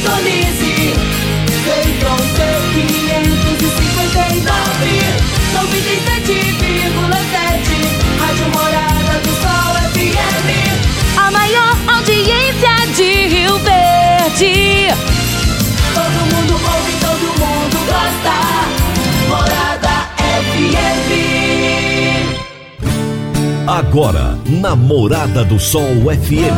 sintonize. Centron C559, 97,7, Rádio Morada do Sol FM. A maior audiência de Rio Verde. Todo mundo ouve, todo mundo gosta. Morada FM. Agora, na Morada do Sol FM.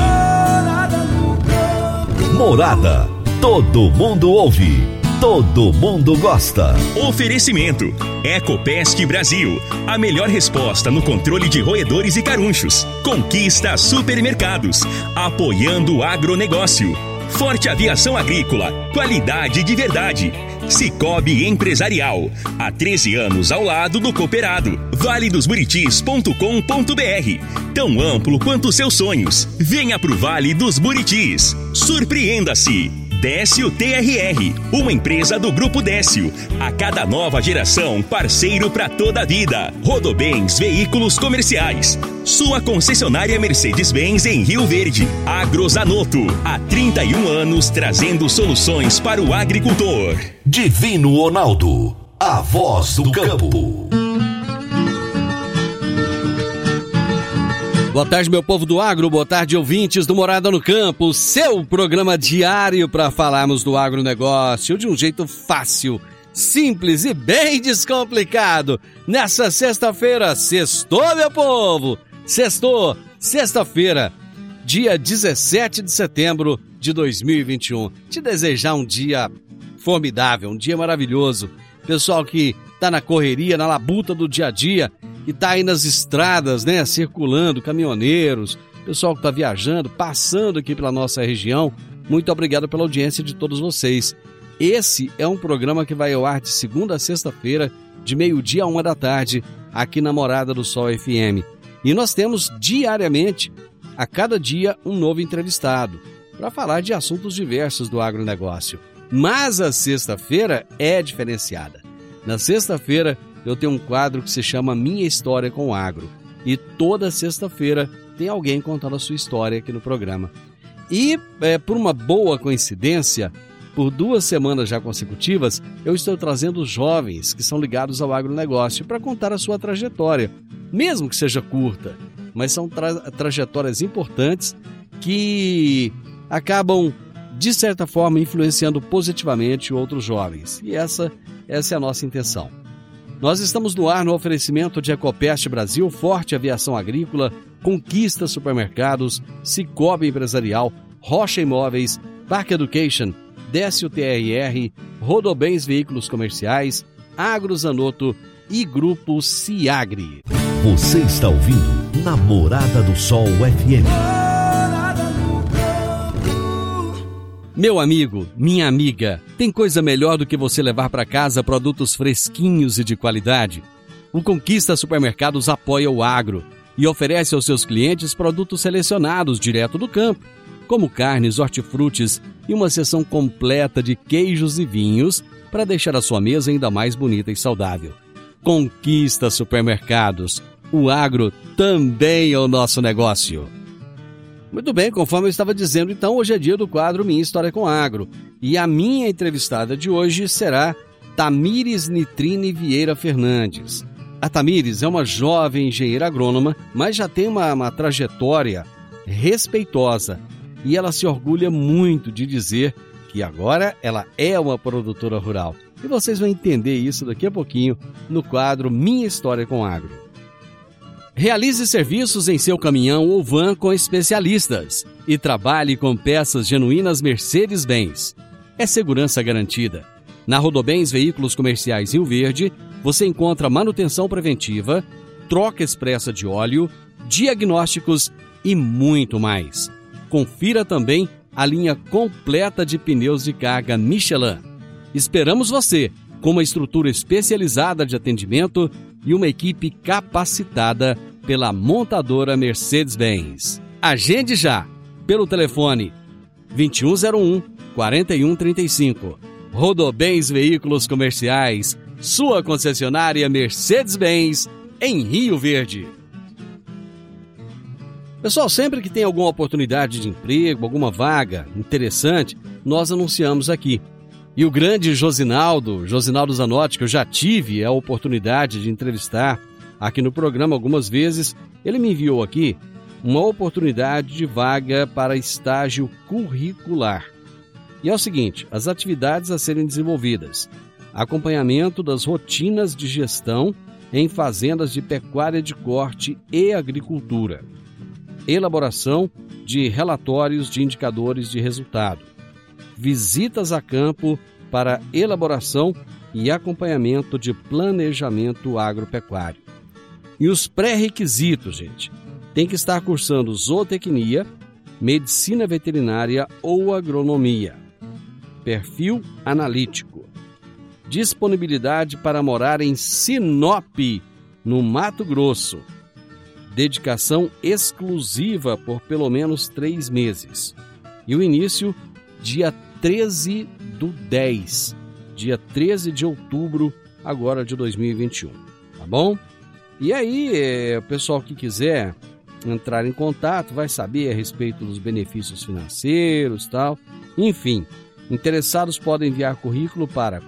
Morada. Todo mundo ouve. Todo mundo gosta. Oferecimento: Ecopest Brasil. A melhor resposta no controle de roedores e carunchos. Conquista Supermercados. Apoiando o agronegócio. Forte Aviação Agrícola. Qualidade de verdade. Cicobi Empresarial. Há 13 anos ao lado do cooperado. valedosburitis.com.br. Tão amplo quanto seus sonhos. Venha pro Vale dos Buritis. Surpreenda-se. Décio TRR, uma empresa do Grupo Décio. A cada nova geração, parceiro para toda a vida. Rodobens Veículos Comerciais. Sua concessionária Mercedes-Benz em Rio Verde. Agrozanoto, há 31 anos trazendo soluções para o agricultor. Divino Ronaldo, a voz do campo. Boa tarde, meu povo do agro, boa tarde, ouvintes do Morada no Campo, seu programa diário para falarmos do agronegócio de um jeito fácil, simples e bem descomplicado. Nessa sexta-feira, sextou, meu povo! Sextou, sexta-feira, dia 17 de setembro de 2021. Te desejar um dia formidável, um dia maravilhoso. Pessoal que tá na correria, na labuta do dia a dia, e tá aí nas estradas, né, circulando, caminhoneiros, pessoal que tá viajando, passando aqui pela nossa região, muito obrigado pela audiência de todos vocês. Esse é um programa que vai ao ar de segunda a sexta-feira, de meio-dia a 13h, aqui na Morada do Sol FM. E nós temos diariamente, a cada dia, um novo entrevistado, para falar de assuntos diversos do agronegócio. Mas a sexta-feira é diferenciada. Na sexta-feira, eu tenho um quadro que se chama Minha História com o Agro. E toda sexta-feira tem alguém contando a sua história aqui no programa. E, por uma boa coincidência, por 2 semanas já consecutivas, eu estou trazendo jovens que são ligados ao agronegócio para contar a sua trajetória, mesmo que seja curta. Mas são trajetórias importantes que acabam, de certa forma, influenciando positivamente outros jovens. E essa é a nossa intenção. Nós estamos no ar no oferecimento de Ecopest Brasil, Forte Aviação Agrícola, Conquista Supermercados, Cicobi Empresarial, Rocha Imóveis, Park Education, Décio TRR, Rodobens Veículos Comerciais, Agrozanoto e Grupo Ciagri. Você está ouvindo Morada do Sol FM. Meu amigo, minha amiga, tem coisa melhor do que você levar para casa produtos fresquinhos e de qualidade? O Conquista Supermercados apoia o agro e oferece aos seus clientes produtos selecionados direto do campo, como carnes, hortifrutis e uma seção completa de queijos e vinhos para deixar a sua mesa ainda mais bonita e saudável. Conquista Supermercados, o agro também é o nosso negócio. Muito bem, conforme eu estava dizendo, então hoje é dia do quadro Minha História com Agro. E a minha entrevistada de hoje será Tamires Nitrine Vieira Fernandes. A Tamires é uma jovem engenheira agrônoma, mas já tem uma trajetória respeitosa. E ela se orgulha muito de dizer que agora ela é uma produtora rural. E vocês vão entender isso daqui a pouquinho no quadro Minha História com Agro. Realize serviços em seu caminhão ou van com especialistas e trabalhe com peças genuínas Mercedes-Benz. É segurança garantida. Na Rodobens Veículos Comerciais Rio Verde, você encontra manutenção preventiva, troca expressa de óleo, diagnósticos e muito mais. Confira também a linha completa de pneus de carga Michelin. Esperamos você com uma estrutura especializada de atendimento e uma equipe capacitada pela montadora Mercedes-Benz. Agende já pelo telefone 2101-4135. Rodobens Veículos Comerciais, sua concessionária Mercedes-Benz em Rio Verde. Pessoal, sempre que tem alguma oportunidade de emprego, alguma vaga interessante, nós anunciamos aqui. E o grande Josinaldo Zanotti, que eu já tive a oportunidade de entrevistar aqui no programa algumas vezes, ele me enviou aqui uma oportunidade de vaga para estágio curricular. E é o seguinte, as atividades a serem desenvolvidas: acompanhamento das rotinas de gestão em fazendas de pecuária de corte e agricultura, elaboração de relatórios de indicadores de resultado, visitas a campo para elaboração e acompanhamento de planejamento agropecuário. E os pré-requisitos, gente, tem que estar cursando zootecnia, medicina veterinária ou agronomia. Perfil analítico. Disponibilidade para morar em Sinop, no Mato Grosso. Dedicação exclusiva por pelo menos 3 meses. E o início, dia 13/10, dia 13 de outubro, agora de 2021. Tá bom? E aí, o pessoal que quiser entrar em contato vai saber a respeito dos benefícios financeiros e tal. Enfim, interessados podem enviar currículo para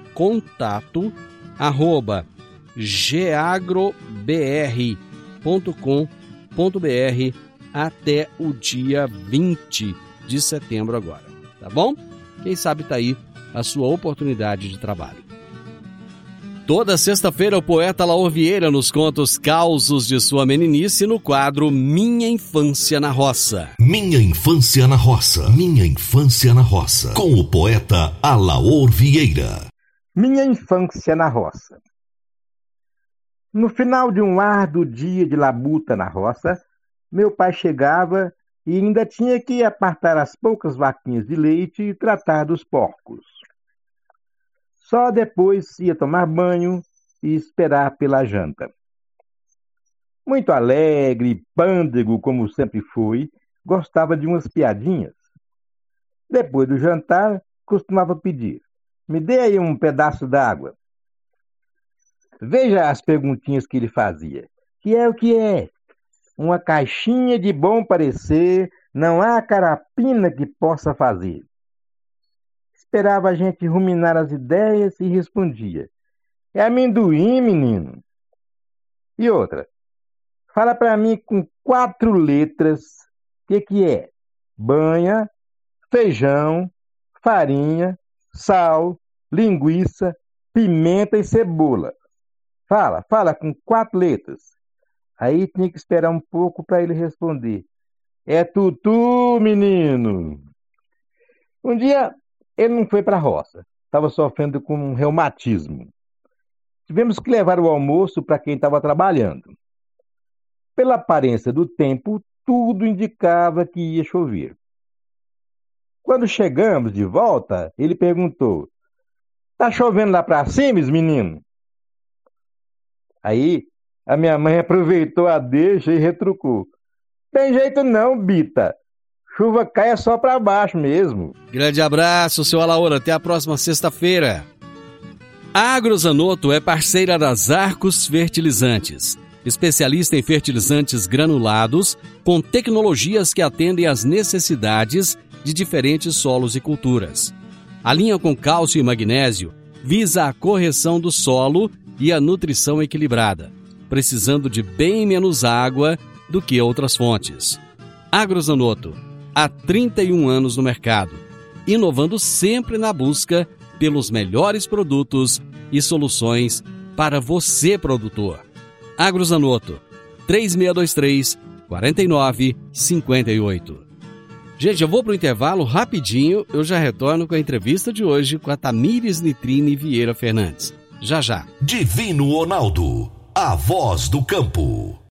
contato@geagrobr.com.br até o dia 20 de setembro agora, tá bom? Quem sabe tá aí a sua oportunidade de trabalho. Toda sexta-feira o poeta Alaor Vieira nos conta os causos de sua meninice no quadro Minha Infância na Roça. Minha Infância na Roça. Minha Infância na Roça. Com o poeta Alaor Vieira. Minha infância na roça. No final de um árduo dia de labuta na roça, meu pai chegava e ainda tinha que apartar as poucas vaquinhas de leite e tratar dos porcos. Só depois ia tomar banho e esperar pela janta. Muito alegre, pândego como sempre foi, gostava de umas piadinhas. Depois do jantar, costumava pedir: me dê aí um pedaço d'água. Veja as perguntinhas que ele fazia. Que é o que é? Uma caixinha de bom parecer, não há carapina que possa fazer. Esperava a gente ruminar as ideias e respondia: é amendoim, menino. E outra: fala para mim com 4 letras o que é? Banha, feijão, farinha, sal, linguiça, pimenta e cebola. Fala com 4 letras. Aí tinha que esperar um pouco para ele responder: é tutu, menino. Um dia ele não foi para a roça, estava sofrendo com um reumatismo. Tivemos que levar o almoço para quem estava trabalhando. Pela aparência do tempo, tudo indicava que ia chover. Quando chegamos de volta, ele perguntou: tá chovendo lá para cima, menino? Aí a minha mãe aproveitou a deixa e retrucou: tem jeito não, Bita. Chuva cai só para baixo mesmo. Grande abraço, seu Alaor. Até a próxima sexta-feira. A Agrozanoto é parceira das Arcos Fertilizantes, especialista em fertilizantes granulados com tecnologias que atendem às necessidades de diferentes solos e culturas. A linha com cálcio e magnésio visa a correção do solo e a nutrição equilibrada, precisando de bem menos água do que outras fontes. Agrozanoto, há 31 anos no mercado, inovando sempre na busca pelos melhores produtos e soluções para você, produtor. Agrozanoto, 3623-4958. Gente, eu vou para o intervalo rapidinho, eu já retorno com a entrevista de hoje com a Tamires Nitrine Vieira Fernandes. Já, já. Divino Ronaldo, a voz do campo.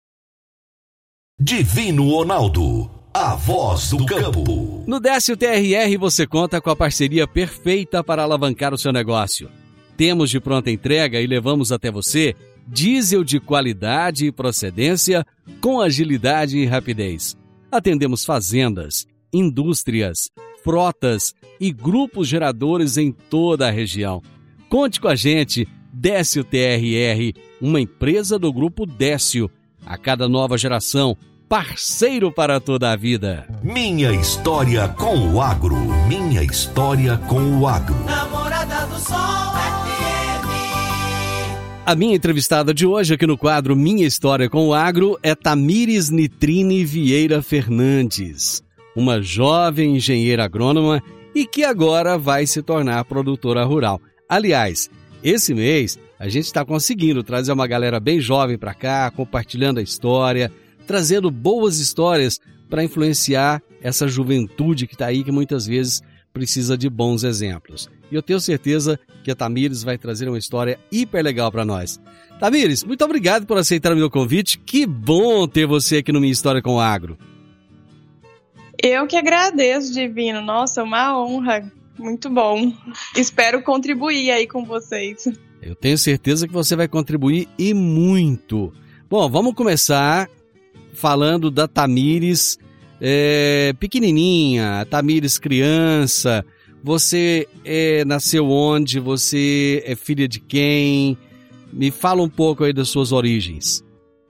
Divino Ronaldo, a voz do campo. No Décio TRR você conta com a parceria perfeita para alavancar o seu negócio. Temos de pronta entrega e levamos até você diesel de qualidade e procedência com agilidade e rapidez. Atendemos fazendas, indústrias, frotas e grupos geradores em toda a região. Conte com a gente, Décio TRR, uma empresa do Grupo Décio. A cada nova geração, parceiro para toda a vida. Minha história com o agro. Minha história com o agro. Namorada do Sol FM. A minha entrevistada de hoje aqui no quadro Minha História com o Agro é Tamires Nitrine Vieira Fernandes, uma jovem engenheira agrônoma e que agora vai se tornar produtora rural. Aliás, esse mês a gente está conseguindo trazer uma galera bem jovem para cá, compartilhando a história, trazendo boas histórias para influenciar essa juventude que está aí, que muitas vezes precisa de bons exemplos. E eu tenho certeza que a Tamires vai trazer uma história hiper legal para nós. Tamires, muito obrigado por aceitar o meu convite. Que bom ter você aqui no Minha História com o Agro. Eu que agradeço, Divino. Nossa, uma honra. Muito bom. Espero contribuir aí com vocês. Eu tenho certeza que você vai contribuir e muito. Bom, vamos começar falando da Tamires pequenininha, Tamires criança. Você nasceu onde? Você é filha de quem? Me fala um pouco aí das suas origens.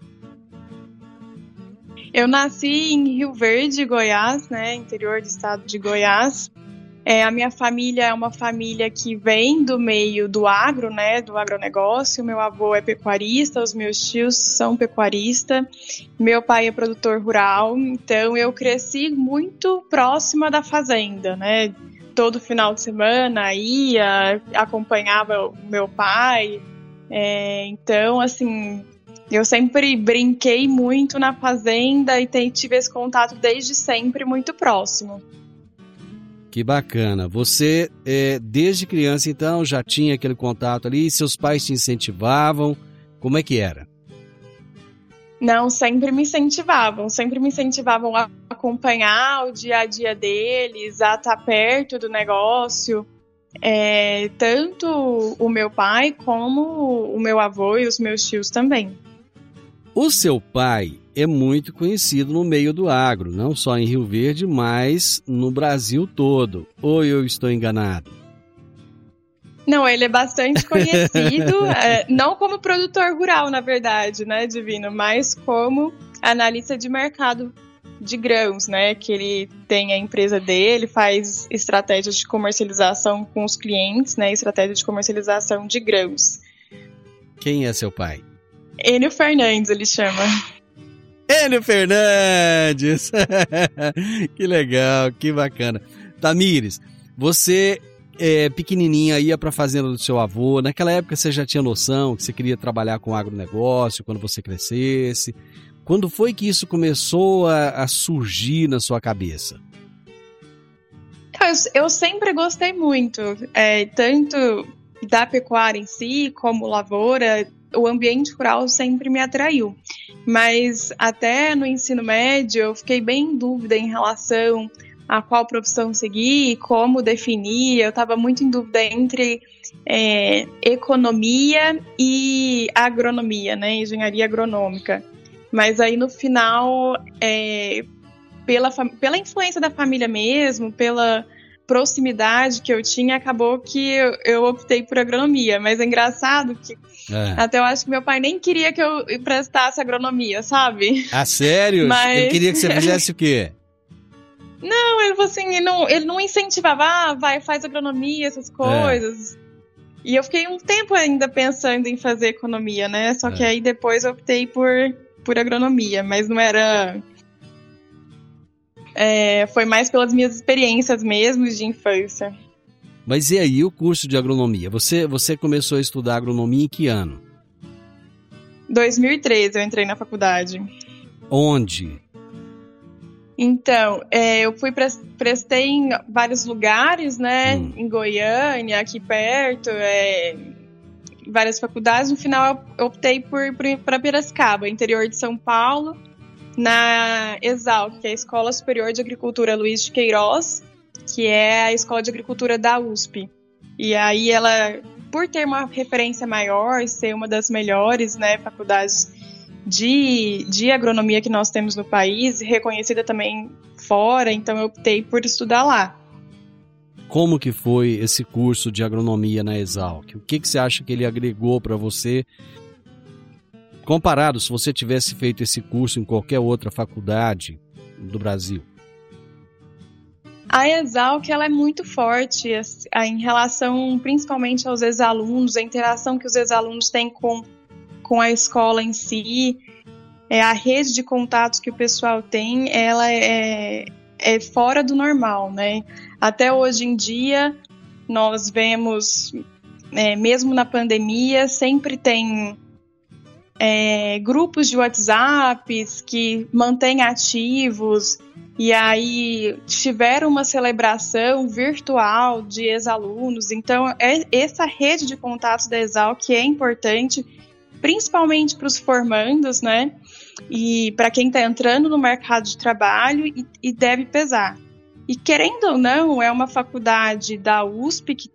Eu nasci em Rio Verde, Goiás, né, interior do estado de Goiás. A minha família é uma família que vem do meio do agro, né, do agronegócio. Meu avô é pecuarista, os meus tios são pecuaristas. Meu pai é produtor rural, então eu cresci muito próxima da fazenda, né. Todo final de semana ia, acompanhava o meu pai. Então, assim, eu sempre brinquei muito na fazenda e tive esse contato desde sempre muito próximo. Que bacana. Você, desde criança, então, já tinha aquele contato ali? Seus pais te incentivavam? Como é que era? Não, sempre me incentivavam a acompanhar o dia a dia deles, a estar perto do negócio. Tanto o meu pai como o meu avô e os meus tios também. O seu pai é muito conhecido no meio do agro, não só em Rio Verde, mas no Brasil todo. Ou eu estou enganado? Não, ele é bastante conhecido, não como produtor rural, na verdade, né, Divino, mas como analista de mercado de grãos, né, que ele tem a empresa dele, faz estratégias de comercialização com os clientes, né, estratégia de comercialização de grãos. Quem é seu pai? Enio Fernandes, ele chama. Enio Fernandes! Que legal, que bacana. Tamires, você pequenininha ia para a fazenda do seu avô. Naquela época você já tinha noção que você queria trabalhar com agronegócio quando você crescesse? Quando foi que isso começou a surgir na sua cabeça? Eu sempre gostei muito, tanto da pecuária em si, como lavoura. O ambiente rural sempre me atraiu. Mas até no ensino médio eu fiquei bem em dúvida em relação a qual profissão seguir, como definir. Eu estava muito em dúvida entre economia e agronomia, né, engenharia agronômica. Mas aí no final, pela influência da família mesmo, pela proximidade que eu tinha, acabou que eu optei por agronomia. Mas é engraçado que até eu acho que meu pai nem queria que eu prestasse agronomia, sabe? Ah, sério? Mas... Ele queria que você fizesse o quê? Não, ele falou assim, ele não incentivava, faz agronomia, essas coisas. E eu fiquei um tempo ainda pensando em fazer economia, né? Só que aí depois eu optei por agronomia, mas não era... foi mais pelas minhas experiências mesmo de infância. Mas e aí, o curso de agronomia? Você começou a estudar agronomia em que ano? 2013 eu entrei na faculdade. Onde? Então, eu prestei em vários lugares, né? Em Goiânia, aqui perto, várias faculdades. No final, eu optei para Piracicaba, interior de São Paulo, na ESAL, que é a Escola Superior de Agricultura Luiz de Queiroz, que é a Escola de Agricultura da USP. E aí ela, por ter uma referência maior, ser uma das melhores, né, faculdades de agronomia que nós temos no país, reconhecida também fora, então eu optei por estudar lá. Como que foi esse curso de agronomia na Exalc? O que você acha que ele agregou para você comparado se você tivesse feito esse curso em qualquer outra faculdade do Brasil? A Exalc, ela é muito forte em relação principalmente aos ex-alunos, a interação que os ex-alunos têm com a escola em si, a rede de contatos que o pessoal tem, ela é fora do normal, né? Até hoje em dia, nós vemos, mesmo na pandemia, sempre tem grupos de WhatsApps que mantêm ativos, e aí tiveram uma celebração virtual de ex-alunos. Então, essa rede de contatos da Exalc é importante, principalmente para os formandos, né? E para quem está entrando no mercado de trabalho e deve pesar. E querendo ou não, é uma faculdade da USP que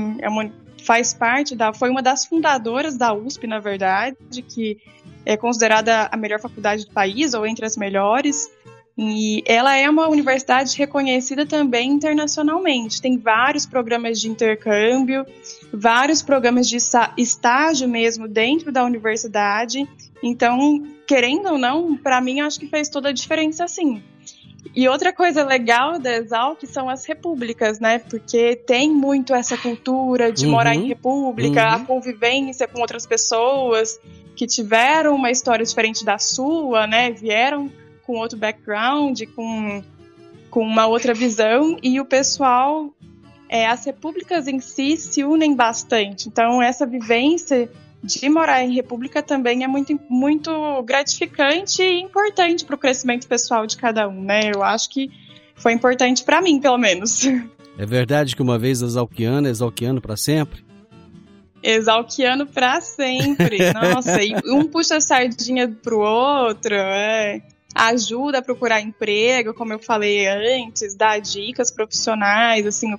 foi uma das fundadoras da USP, na verdade, que é considerada a melhor faculdade do país, ou entre as melhores. E ela é uma universidade reconhecida também internacionalmente. Tem vários programas de intercâmbio, vários programas de estágio mesmo dentro da universidade. Então, querendo ou não, para mim, acho que fez toda a diferença, sim. E outra coisa legal da Exalc são as repúblicas, né? Porque tem muito essa cultura de morar em república, a convivência com outras pessoas que tiveram uma história diferente da sua, né? Vieram com outro background, com uma outra visão, e o pessoal, as repúblicas em si se unem bastante. Então, essa vivência de morar em república também é muito, muito gratificante e importante para o crescimento pessoal de cada um, né? Eu acho que foi importante para mim, pelo menos. É verdade que uma vez exalquiano é exalquiano para sempre? Exalquiano para sempre. Nossa, e um puxa a sardinha pro outro, ajuda a procurar emprego, como eu falei antes, dá dicas profissionais, assim,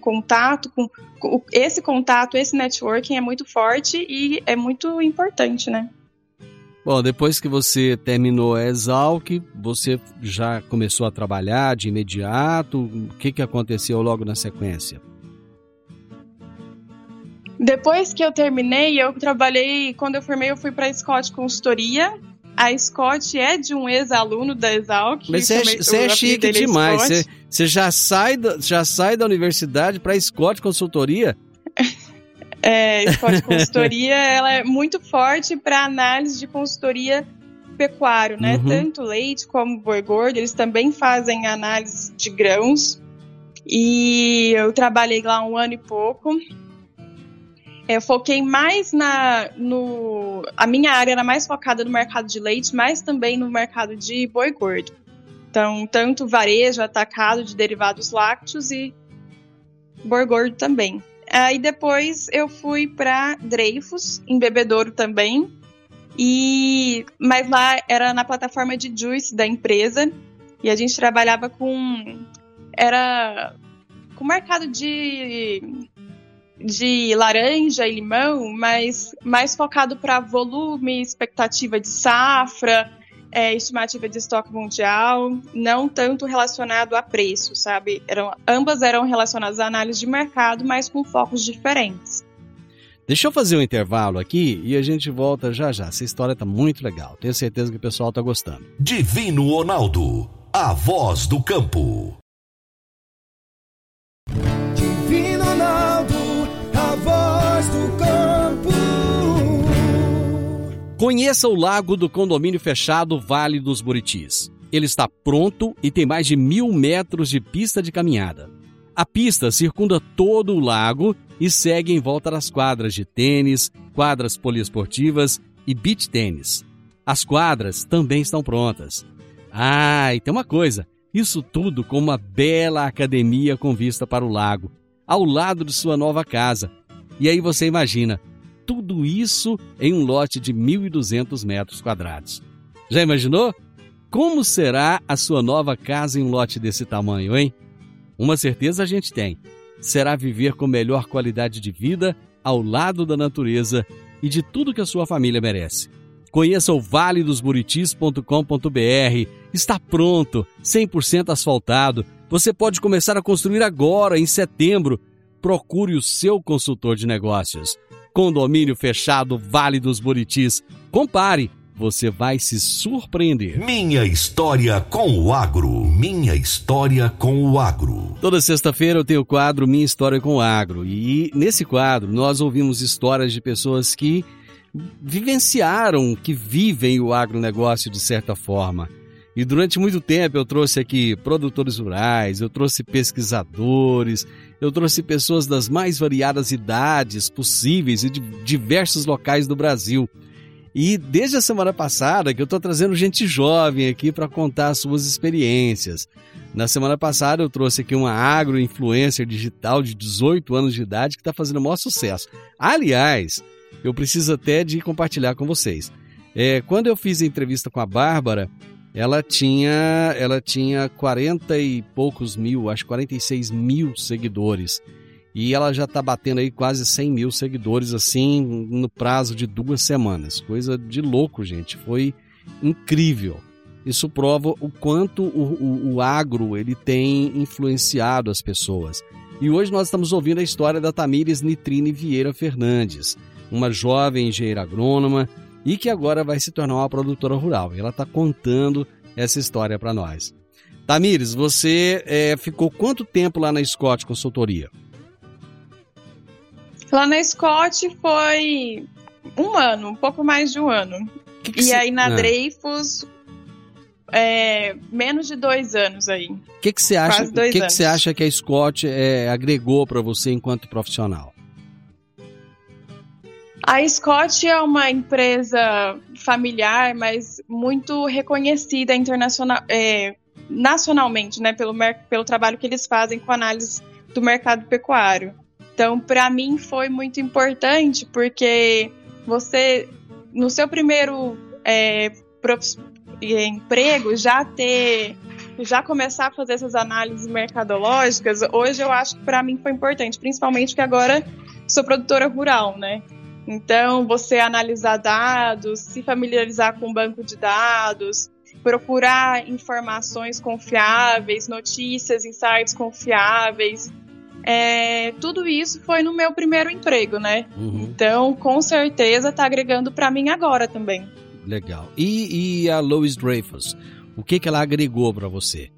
esse networking é muito forte e é muito importante, né? Bom, depois que você terminou a Exalc, você já começou a trabalhar de imediato? O que aconteceu logo na sequência? Depois que eu terminei, eu trabalhei, quando eu formei, eu fui para a Scott Consultoria. A Scott é de um ex-aluno da Exalc. Mas você é chique demais. Você já sai da universidade para a Scott Consultoria? Scott Consultoria, ela é muito forte para análise de consultoria pecuário, né? Tanto leite como boi gordo, eles também fazem análise de grãos. E eu trabalhei lá 1 ano e pouco. Eu foquei mais a minha área era mais focada no mercado de leite, mas também no mercado de boi gordo. Então, tanto varejo, atacado de derivados lácteos e boi gordo também. Aí depois eu fui para Dreyfus, em Bebedouro também, mas lá era na plataforma de juice da empresa, e a gente trabalhava com mercado de laranja e limão, mas mais focado para volume, expectativa de safra, estimativa de estoque mundial, não tanto relacionado a preço, sabe? Ambas eram relacionadas à análise de mercado, mas com focos diferentes. Deixa eu fazer um intervalo aqui e a gente volta já já. Essa história tá muito legal. Tenho certeza que o pessoal tá gostando. Divino Ronaldo, a voz do campo. Divino Ronaldo, a voz do campo. Conheça o lago do condomínio fechado Vale dos Buritis. Ele está pronto e tem mais de 1.000 metros de pista de caminhada. A pista circunda todo o lago e segue em volta das quadras de tênis, quadras poliesportivas e beach tênis. As quadras também estão prontas. E tem uma coisa, isso tudo com uma bela academia com vista para o lago, ao lado de sua nova casa. E aí você imagina, tudo isso em um lote de 1.200 metros quadrados. Já imaginou? Como será a sua nova casa em um lote desse tamanho, hein? Uma certeza a gente tem. Será viver com melhor qualidade de vida, ao lado da natureza e de tudo que a sua família merece. Conheça o valedosburitis.com.br. Está pronto, 100% asfaltado. Você pode começar a construir agora, em setembro. Procure o seu consultor de negócios. Condomínio fechado Vale dos Buritis. Compare Você vai se surpreender. Minha história com o agro. Minha história com o agro. Toda sexta-feira eu tenho o quadro Minha História com o Agro. E nesse quadro nós ouvimos histórias de pessoas que vivenciaram, que vivem o agronegócio de certa forma. E durante muito tempo eu trouxe aqui produtores rurais, eu trouxe pesquisadores, eu trouxe pessoas das mais variadas idades possíveis e de diversos locais do Brasil. E desde a semana passada que eu estou trazendo gente jovem aqui para contar as suas experiências. Na semana passada eu trouxe aqui uma agro-influencer digital de 18 anos de idade que está fazendo o maior sucesso. Aliás, eu preciso até de compartilhar com vocês. Quando eu fiz a entrevista com a Bárbara, ela tinha 40 e poucos mil, acho 46 mil seguidores. E ela já está batendo aí quase 100 mil seguidores, assim, no prazo de 2 semanas. Coisa de louco, gente. Foi incrível. Isso prova o quanto o agro ele tem influenciado as pessoas. E hoje nós estamos ouvindo a história da Tamires Nitrine Vieira Fernandes, uma jovem engenheira agrônoma e que agora vai se tornar uma produtora rural. E ela está contando essa história para nós. Tamires, você ficou quanto tempo lá na Scott Consultoria? Lá na Scott foi 1 ano, um pouco mais de 1 ano. Aí na Dreyfus, menos de 2 anos aí. O que você acha que a Scott agregou para você enquanto profissional? A Scott é uma empresa familiar, mas muito reconhecida nacionalmente, né, pelo trabalho que eles fazem com análise do mercado pecuário. Então, para mim, foi muito importante, porque você, no seu primeiro emprego, já começar a fazer essas análises mercadológicas, hoje eu acho que para mim foi importante, principalmente porque agora sou produtora rural, né? Então, você analisar dados, se familiarizar com o banco de dados, procurar informações confiáveis, notícias em sites confiáveis. Tudo isso foi no meu primeiro emprego, né? Uhum. Então, com certeza, tá agregando para mim agora também. Legal. E a Louis Dreyfus? O que ela agregou para você?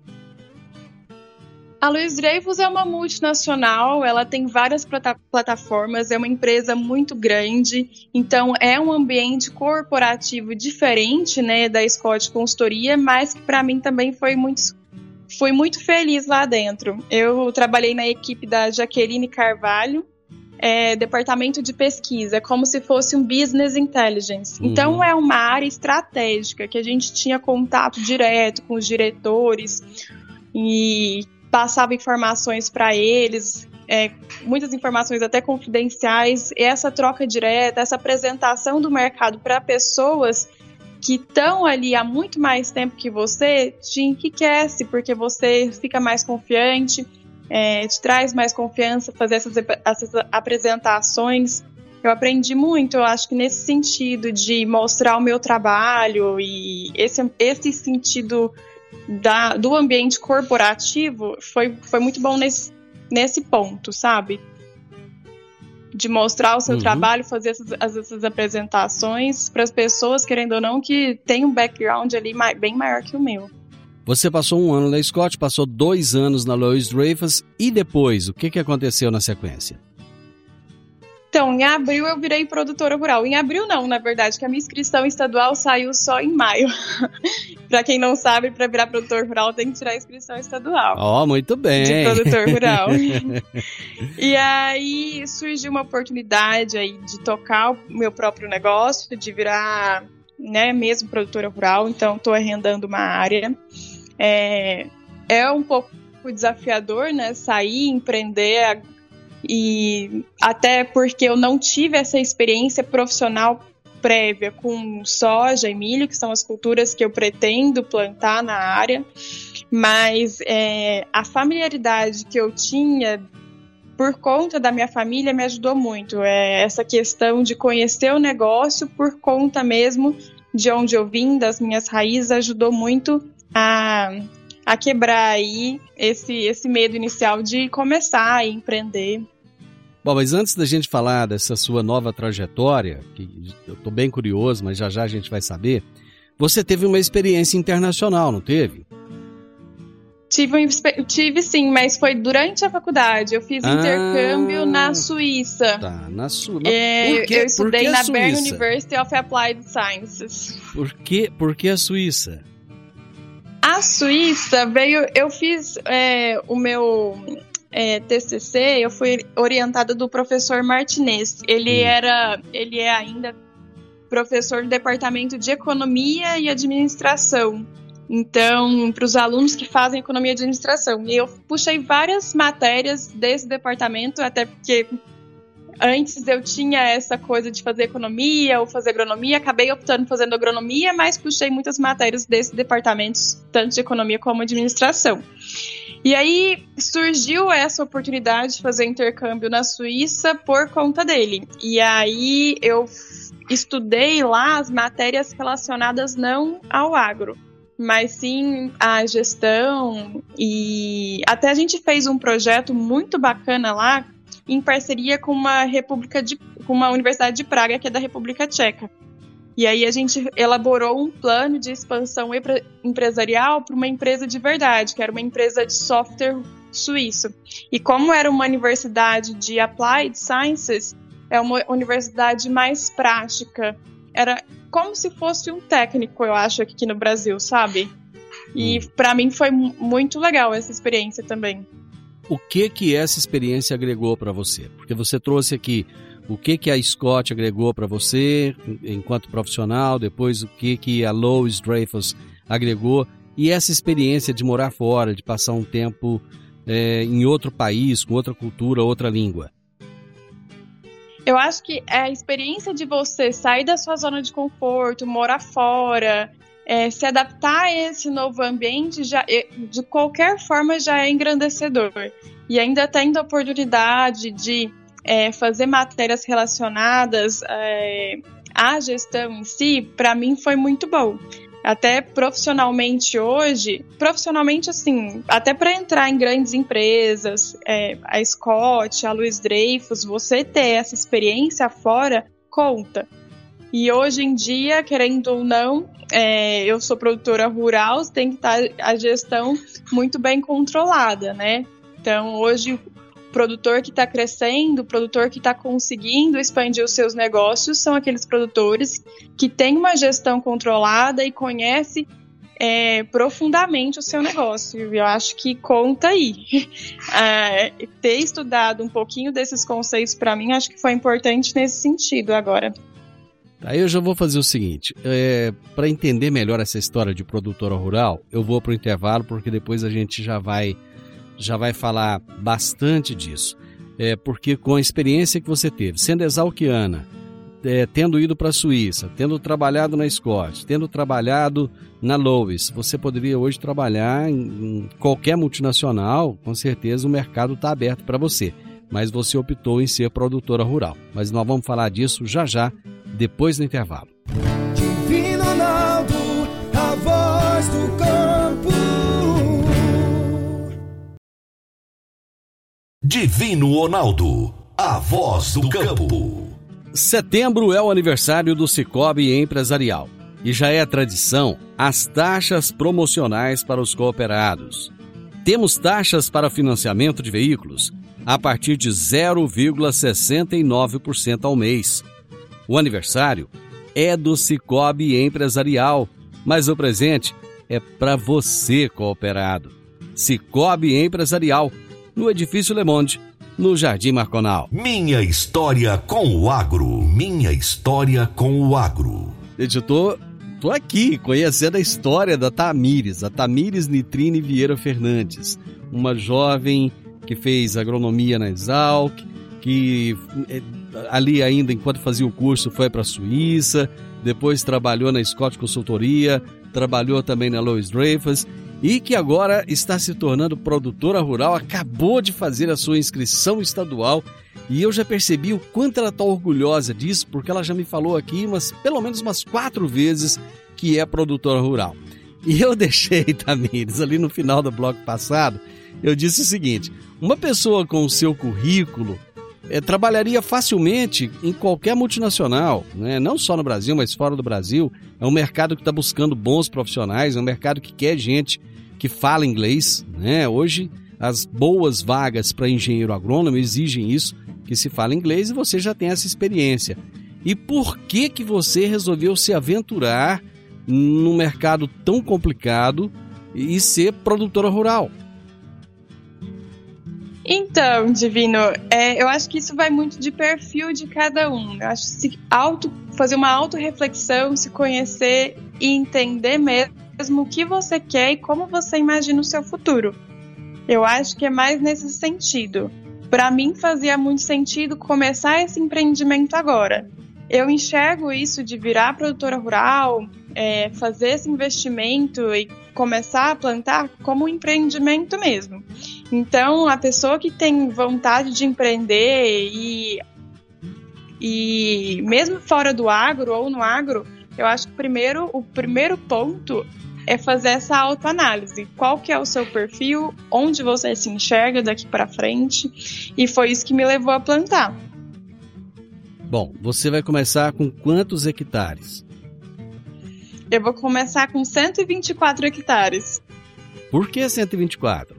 A Louis Dreyfus é uma multinacional, ela tem várias plataformas, é uma empresa muito grande, então é um ambiente corporativo diferente, né, da Scott Consultoria, mas que para mim também fui muito feliz lá dentro. Eu trabalhei na equipe da Jaqueline Carvalho, departamento de pesquisa, como se fosse um business intelligence. Uhum. Então é uma área estratégica que a gente tinha contato direto com os diretores e passava informações para eles, muitas informações até confidenciais, e essa troca direta, essa apresentação do mercado para pessoas que estão ali há muito mais tempo que você, te enriquece, porque você fica mais confiante, te traz mais confiança fazer essas apresentações. Eu aprendi muito, eu acho que nesse sentido de mostrar o meu trabalho e esse sentido do ambiente corporativo foi muito bom nesse ponto, sabe? De mostrar o seu trabalho, fazer essas apresentações para as pessoas, querendo ou não, que tem um background ali bem maior que o meu. Você passou 1 ano na Scott, passou 2 anos na Louis Dreyfus e depois, o que aconteceu na sequência? Então, em abril eu virei produtora rural. Em abril não, na verdade, que a minha inscrição estadual saiu só em maio. Para quem não sabe, para virar produtor rural tem que tirar a inscrição estadual. Muito bem. De produtor rural. E aí surgiu uma oportunidade aí de tocar o meu próprio negócio, de virar, né, mesmo produtora rural. Então, estou arrendando uma área. É um pouco desafiador, né, sair, empreender, e até porque eu não tive essa experiência profissional prévia com soja e milho, que são as culturas que eu pretendo plantar na área, mas a familiaridade que eu tinha por conta da minha família me ajudou muito. Essa questão de conhecer o negócio por conta mesmo de onde eu vim, das minhas raízes, ajudou muito a quebrar aí esse medo inicial de começar a empreender. Bom, mas antes da gente falar dessa sua nova trajetória, que eu estou bem curioso, mas já já a gente vai saber, você teve uma experiência internacional, não teve? Tive sim, mas foi durante a faculdade. Eu fiz intercâmbio na Suíça. Tá, na Suíça. Eu estudei na Bern University of Applied Sciences. Por que a Suíça? A Suíça veio... Eu fiz o meu TCC, eu fui orientada do professor Martinez. Ele é ainda professor do Departamento de Economia e Administração. Então, para os alunos que fazem economia e administração. E eu puxei várias matérias desse departamento, até porque antes eu tinha essa coisa de fazer economia ou fazer agronomia. Acabei optando fazendo agronomia, mas puxei muitas matérias desse departamento, tanto de economia como administração. E aí surgiu essa oportunidade de fazer intercâmbio na Suíça por conta dele. E aí eu estudei lá as matérias relacionadas não ao agro, mas sim a gestão, e até a gente fez um projeto muito bacana lá, em parceria com uma universidade de Praga, que é da República Tcheca. E aí a gente elaborou um plano de expansão empresarial para uma empresa de verdade, que era uma empresa de software suíço. E como era uma universidade de Applied Sciences, é uma universidade mais prática. Era como se fosse um técnico, eu acho, aqui no Brasil, sabe? E para mim foi muito legal essa experiência também. O que essa experiência agregou para você? Porque você trouxe aqui o que a Scott agregou para você enquanto profissional, depois o que a Louis Dreyfus agregou, e essa experiência de morar fora, de passar um tempo em outro país, com outra cultura, outra língua. Eu acho que a experiência de você sair da sua zona de conforto, morar fora, se adaptar a esse novo ambiente, de qualquer forma já é engrandecedor. E ainda tendo a oportunidade de fazer matérias relacionadas à gestão em si, para mim foi muito bom. Até profissionalmente hoje, assim, até para entrar em grandes empresas, a Scott, a Louis Dreyfus, você ter essa experiência fora, conta. E hoje em dia, querendo ou não, eu sou produtora rural, tem que estar a gestão muito bem controlada, né? Então, hoje, o produtor que está crescendo, o produtor que está conseguindo expandir os seus negócios, são aqueles produtores que têm uma gestão controlada e conhecem profundamente o seu negócio. Eu acho que conta aí. Ter estudado um pouquinho desses conceitos, para mim, acho que foi importante nesse sentido agora. Aí eu já vou fazer o seguinte, para entender melhor essa história de produtora rural, eu vou para o intervalo, porque depois a gente já vai falar bastante disso. Porque com a experiência que você teve, sendo exalquiana, tendo ido para a Suíça, tendo trabalhado na Scott, tendo trabalhado na Louis, você poderia hoje trabalhar em qualquer multinacional, com certeza o mercado está aberto para você. Mas você optou em ser produtora rural. Mas nós vamos falar disso já já, depois do intervalo. Divino Ronaldo, a voz do campo. Divino Ronaldo, a voz do campo. Setembro é o aniversário do Sicoob Empresarial. E já é tradição as taxas promocionais para os cooperados. Temos taxas para financiamento de veículos a partir de 0,69% ao mês. O aniversário é do Sicoob Empresarial, mas o presente é para você, cooperado. Sicoob Empresarial, no Edifício Le Monde, no Jardim Marconal. Minha história com o agro. Minha história com o agro. Gente, eu tô aqui conhecendo a história da Tamires, a Tamires Nitrine Vieira Fernandes, uma jovem que fez agronomia na Exalc, que ali ainda, enquanto fazia o curso, foi para a Suíça, depois trabalhou na Scott Consultoria, trabalhou também na Louis Dreyfus, e que agora está se tornando produtora rural, acabou de fazer a sua inscrição estadual, e eu já percebi o quanto ela está orgulhosa disso, porque ela já me falou aqui pelo menos umas 4 vezes que é produtora rural. E eu deixei, Tamires, ali no final do bloco passado, eu disse o seguinte: uma pessoa com o seu currículo trabalharia facilmente em qualquer multinacional, né? Não só no Brasil, mas fora do Brasil. É um mercado que está buscando bons profissionais, é um mercado que quer gente que fala inglês, né? Hoje, as boas vagas para engenheiro agrônomo exigem isso, que se fala inglês, e você já tem essa experiência. E por que você resolveu se aventurar num mercado tão complicado e ser produtora rural? Então, Divino, eu acho que isso vai muito de perfil de cada um. Eu acho que fazer uma autorreflexão, se conhecer e entender mesmo o que você quer e como você imagina o seu futuro. Eu acho que é mais nesse sentido. Para mim, fazia muito sentido começar esse empreendimento agora. Eu enxergo isso de virar produtora rural, fazer esse investimento e começar a plantar como um empreendimento mesmo. Então, a pessoa que tem vontade de empreender e mesmo fora do agro ou no agro, eu acho que o primeiro ponto é fazer essa autoanálise. Qual que é o seu perfil, onde você se enxerga daqui para frente, e foi isso que me levou a plantar. Bom, você vai começar com quantos hectares? Eu vou começar com 124 hectares. Por que 124?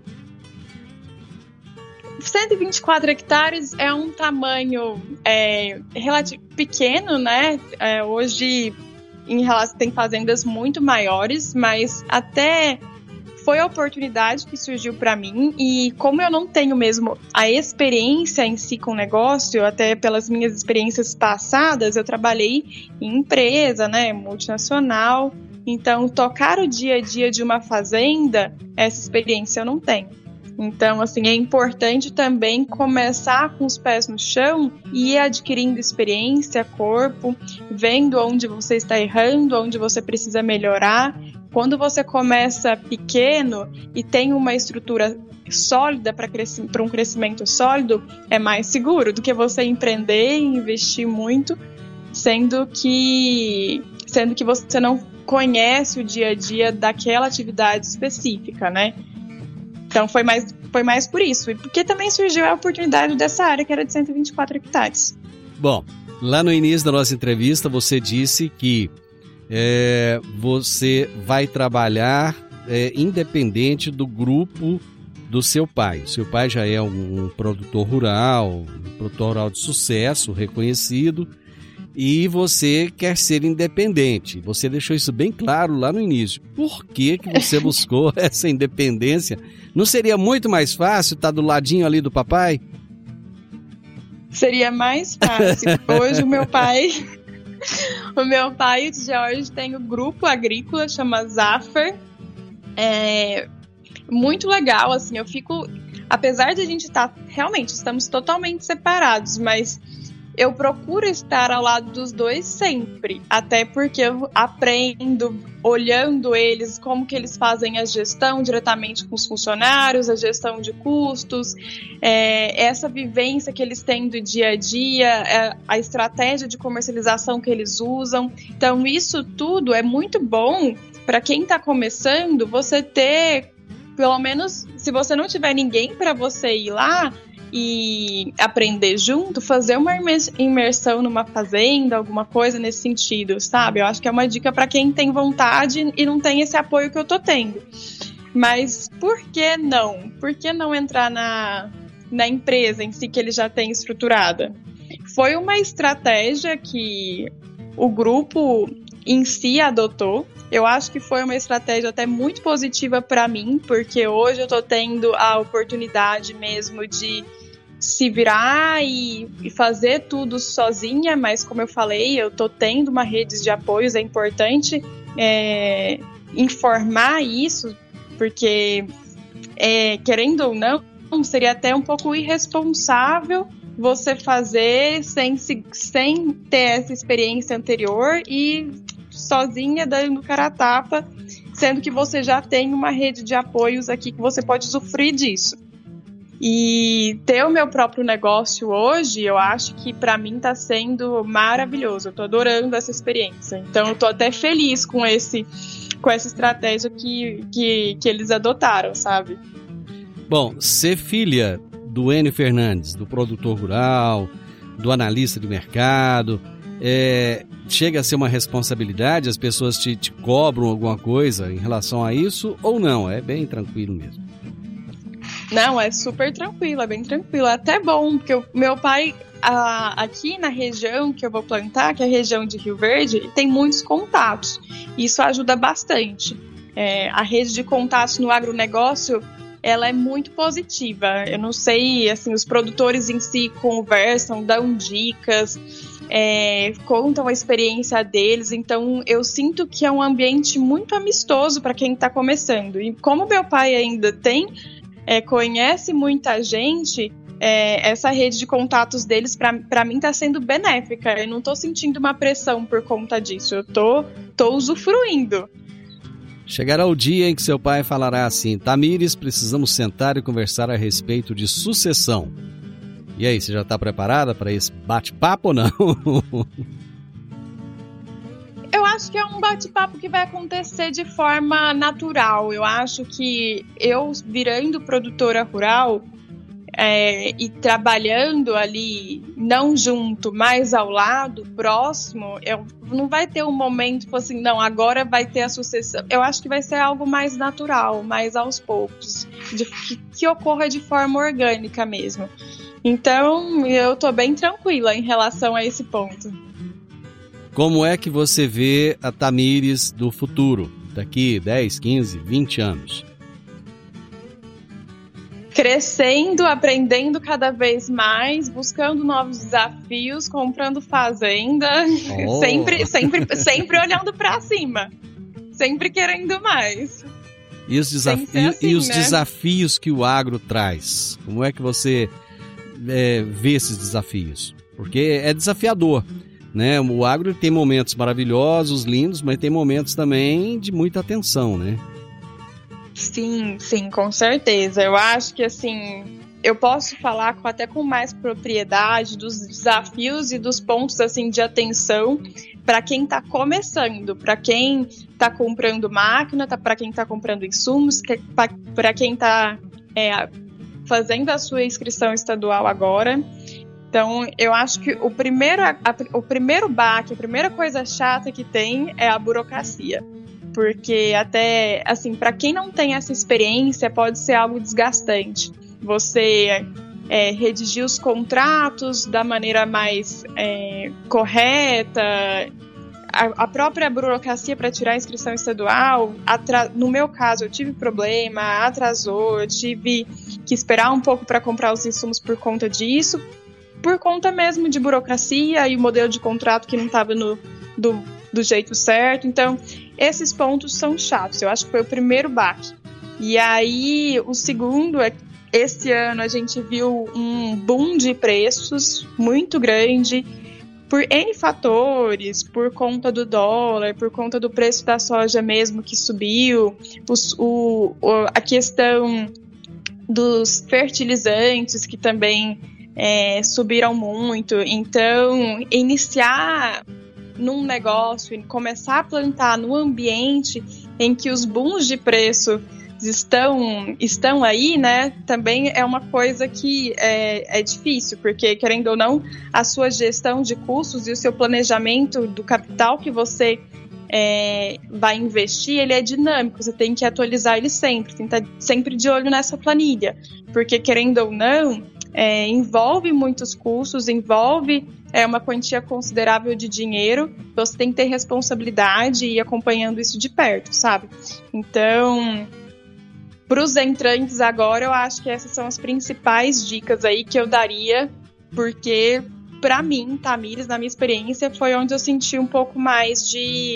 124 hectares é um tamanho relativo pequeno, né? Hoje, tem fazendas muito maiores, mas até foi a oportunidade que surgiu para mim, e como eu não tenho mesmo a experiência em si com o negócio, até pelas minhas experiências passadas, eu trabalhei em empresa, né, multinacional, então tocar o dia a dia de uma fazenda, essa experiência eu não tenho. Então, assim, é importante também começar com os pés no chão e ir adquirindo experiência, corpo, vendo onde você está errando, onde você precisa melhorar. Quando você começa pequeno e tem uma estrutura sólida para um crescimento sólido, é mais seguro do que você empreender e investir muito, sendo que você não conhece o dia a dia daquela atividade específica, né? Então foi mais por isso, e porque também surgiu a oportunidade dessa área que era de 124 hectares. Bom, lá no início da nossa entrevista você disse que você vai trabalhar independente do grupo do seu pai. O seu pai já é um produtor rural de sucesso, reconhecido, e você quer ser independente. Você deixou isso bem claro lá no início. Por que você buscou essa independência? Não seria muito mais fácil estar do ladinho ali do papai? Seria mais fácil. Hoje o meu pai, o George, tem um grupo agrícola, chama Zaffer. É muito legal, assim, apesar de a gente estamos totalmente separados, mas eu procuro estar ao lado dos dois sempre, até porque eu aprendo olhando eles, como que eles fazem a gestão diretamente com os funcionários, a gestão de custos, essa vivência que eles têm do dia a dia, a estratégia de comercialização que eles usam. Então isso tudo é muito bom para quem está começando, você ter, pelo menos, se você não tiver ninguém para você ir lá e aprender junto, fazer uma imersão numa fazenda, alguma coisa nesse sentido, sabe? Eu acho que é uma dica para quem tem vontade e não tem esse apoio que eu tô tendo. Mas por que não? Por que não entrar na empresa em si que ele já tem estruturada? Foi uma estratégia que o grupo em si adotou. Eu acho que foi uma estratégia até muito positiva para mim, porque hoje eu tô tendo a oportunidade mesmo de se virar e fazer tudo sozinha, mas como eu falei, eu tô tendo uma rede de apoios, é importante informar isso, porque querendo ou não, seria até um pouco irresponsável você fazer sem ter essa experiência anterior e sozinha dando cara a tapa, sendo que você já tem uma rede de apoios aqui que você pode usufruir disso. E ter o meu próprio negócio hoje, eu acho que para mim tá sendo maravilhoso. Eu tô adorando essa experiência. Então eu tô até feliz com essa estratégia que eles adotaram, sabe? Bom, ser filha do N. Fernandes, do produtor rural, do analista de mercado, chega a ser uma responsabilidade? As pessoas te cobram alguma coisa em relação a isso ou não? É bem tranquilo mesmo? Não, é super tranquilo, é bem tranquilo. É até bom, porque o meu pai, aqui na região que eu vou plantar, que é a região de Rio Verde, tem muitos contatos. Isso ajuda bastante. A rede de contatos no agronegócio, ela é muito positiva. Eu não sei, assim, os produtores em si conversam, dão dicas, contam a experiência deles. Então, eu sinto que é um ambiente muito amistoso para quem está começando. E como meu pai ainda conhece muita gente, essa rede de contatos deles, para mim, está sendo benéfica. Eu não estou sentindo uma pressão por conta disso. Eu tô usufruindo. Chegará o dia em que seu pai falará assim: Tamires, precisamos sentar e conversar a respeito de sucessão. E aí, você já está preparada para esse bate-papo ou não? Eu acho que é um bate-papo que vai acontecer de forma natural. Eu acho que eu, virando produtora rural e trabalhando ali, não junto, mas ao lado, próximo, não vai ter um momento assim, não, agora vai ter a sucessão. Eu acho que vai ser algo mais natural, mais aos poucos, que ocorra de forma orgânica mesmo. Então, eu tô bem tranquila em relação a esse ponto. Como é que você vê a Tamires do futuro, daqui 10, 15, 20 anos? Crescendo, aprendendo cada vez mais, buscando novos desafios, comprando fazenda, sempre olhando para cima, sempre querendo mais. E os desafios que o agro traz? Como é que você vê esses desafios? Porque é desafiador, né? O agro tem momentos maravilhosos, lindos, mas tem momentos também de muita tensão, né? Sim, com certeza. Eu acho que, assim, eu posso falar até com mais propriedade dos desafios e dos pontos, assim, de atenção para quem está começando, para quem está comprando máquina, para quem está comprando insumos, para quem está fazendo a sua inscrição estadual agora. Então, eu acho que o primeiro baque, a primeira coisa chata que tem é a burocracia. Porque até, assim, para quem não tem essa experiência, pode ser algo desgastante. Você redigir os contratos da maneira mais correta, a própria burocracia para tirar a inscrição estadual, no meu caso, eu tive problema, atrasou, eu tive que esperar um pouco para comprar os insumos por conta disso, por conta mesmo de burocracia e o modelo de contrato que não estava do jeito certo. Então, esses pontos são chatos. Eu acho que foi o primeiro baque. E aí, o segundo é que esse ano a gente viu um boom de preços muito grande por N fatores, por conta do dólar, por conta do preço da soja mesmo que subiu, a questão dos fertilizantes que também subiram muito. Então, iniciar num negócio e começar a plantar no ambiente em que os booms de preço estão aí, né, também é uma coisa que é difícil, porque, querendo ou não, a sua gestão de custos e o seu planejamento do capital que você vai investir, ele é dinâmico, você tem que atualizar ele sempre, tem que estar sempre de olho nessa planilha, porque, querendo ou não, envolve muitos custos, envolve uma quantia considerável de dinheiro, você tem que ter responsabilidade e ir acompanhando isso de perto, sabe? Então, para os entrantes agora, eu acho que essas são as principais dicas aí que eu daria, porque, para mim, Tamires, na minha experiência, foi onde eu senti um pouco mais que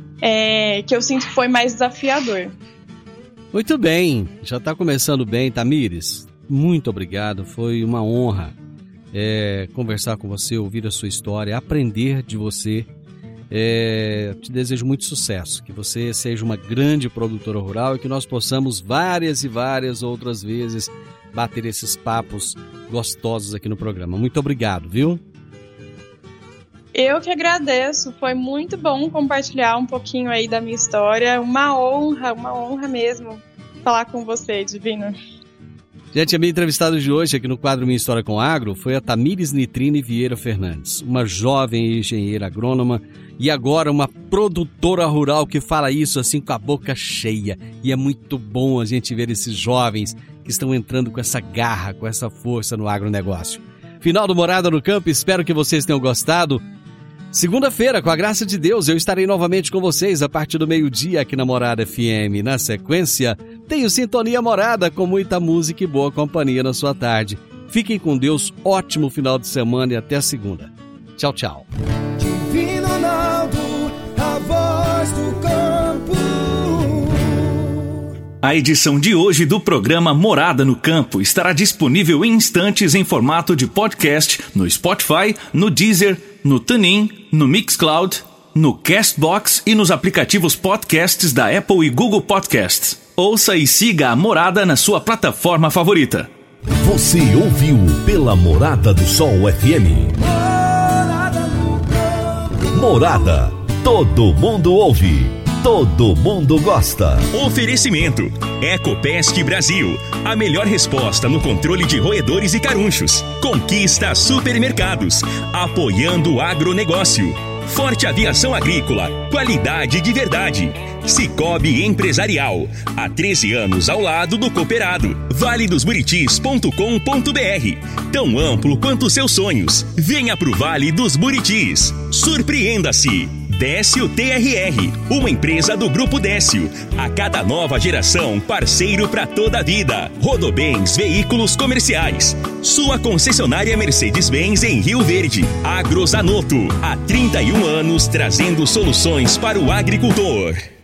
eu sinto que foi mais desafiador. Muito bem, já está começando bem, Tamires. Muito obrigado, foi uma honra conversar com você, ouvir a sua história, aprender de você. Te desejo muito sucesso, que você seja uma grande produtora rural e que nós possamos várias e várias outras vezes bater esses papos gostosos aqui no programa. Muito obrigado, viu? Eu que agradeço, foi muito bom compartilhar um pouquinho aí da minha história, uma honra mesmo falar com você, Divino. Gente, a minha entrevistada de hoje aqui no quadro Minha História com Agro foi a Tamires Nitrine Vieira Fernandes, uma jovem engenheira agrônoma e agora uma produtora rural que fala isso assim com a boca cheia. E é muito bom a gente ver esses jovens que estão entrando com essa garra, com essa força no agronegócio. Final do Morada no Campo, espero que vocês tenham gostado. Segunda-feira, com a graça de Deus, eu estarei novamente com vocês a partir do meio-dia aqui na Morada FM. Na sequência, tenho Sintonia Morada com muita música e boa companhia na sua tarde. Fiquem com Deus, ótimo final de semana e até segunda. Tchau, tchau. Divino Ronaldo, a voz do campo. A edição de hoje do programa Morada no Campo estará disponível em instantes em formato de podcast no Spotify, no Deezer, no TuneIn, no Mixcloud, no Castbox e nos aplicativos podcasts da Apple e Google Podcasts. Ouça e siga a Morada na sua plataforma favorita. Você ouviu pela Morada do Sol FM. Morada. Todo mundo ouve. Todo mundo gosta. Oferecimento: Ecopest Brasil. A melhor resposta no controle de roedores e carunchos. Conquista Supermercados. Apoiando o agronegócio. Forte Aviação Agrícola. Qualidade de verdade. Cicobi Empresarial. Há 13 anos ao lado do cooperado. valedosburitis.com.br. Tão amplo quanto seus sonhos. Venha pro Vale dos Buritis. Surpreenda-se. Décio TRR, uma empresa do Grupo Décio. A cada nova geração, parceiro para toda a vida. Rodobens Veículos Comerciais. Sua concessionária Mercedes-Benz em Rio Verde. Agrozanoto, há 31 anos trazendo soluções para o agricultor.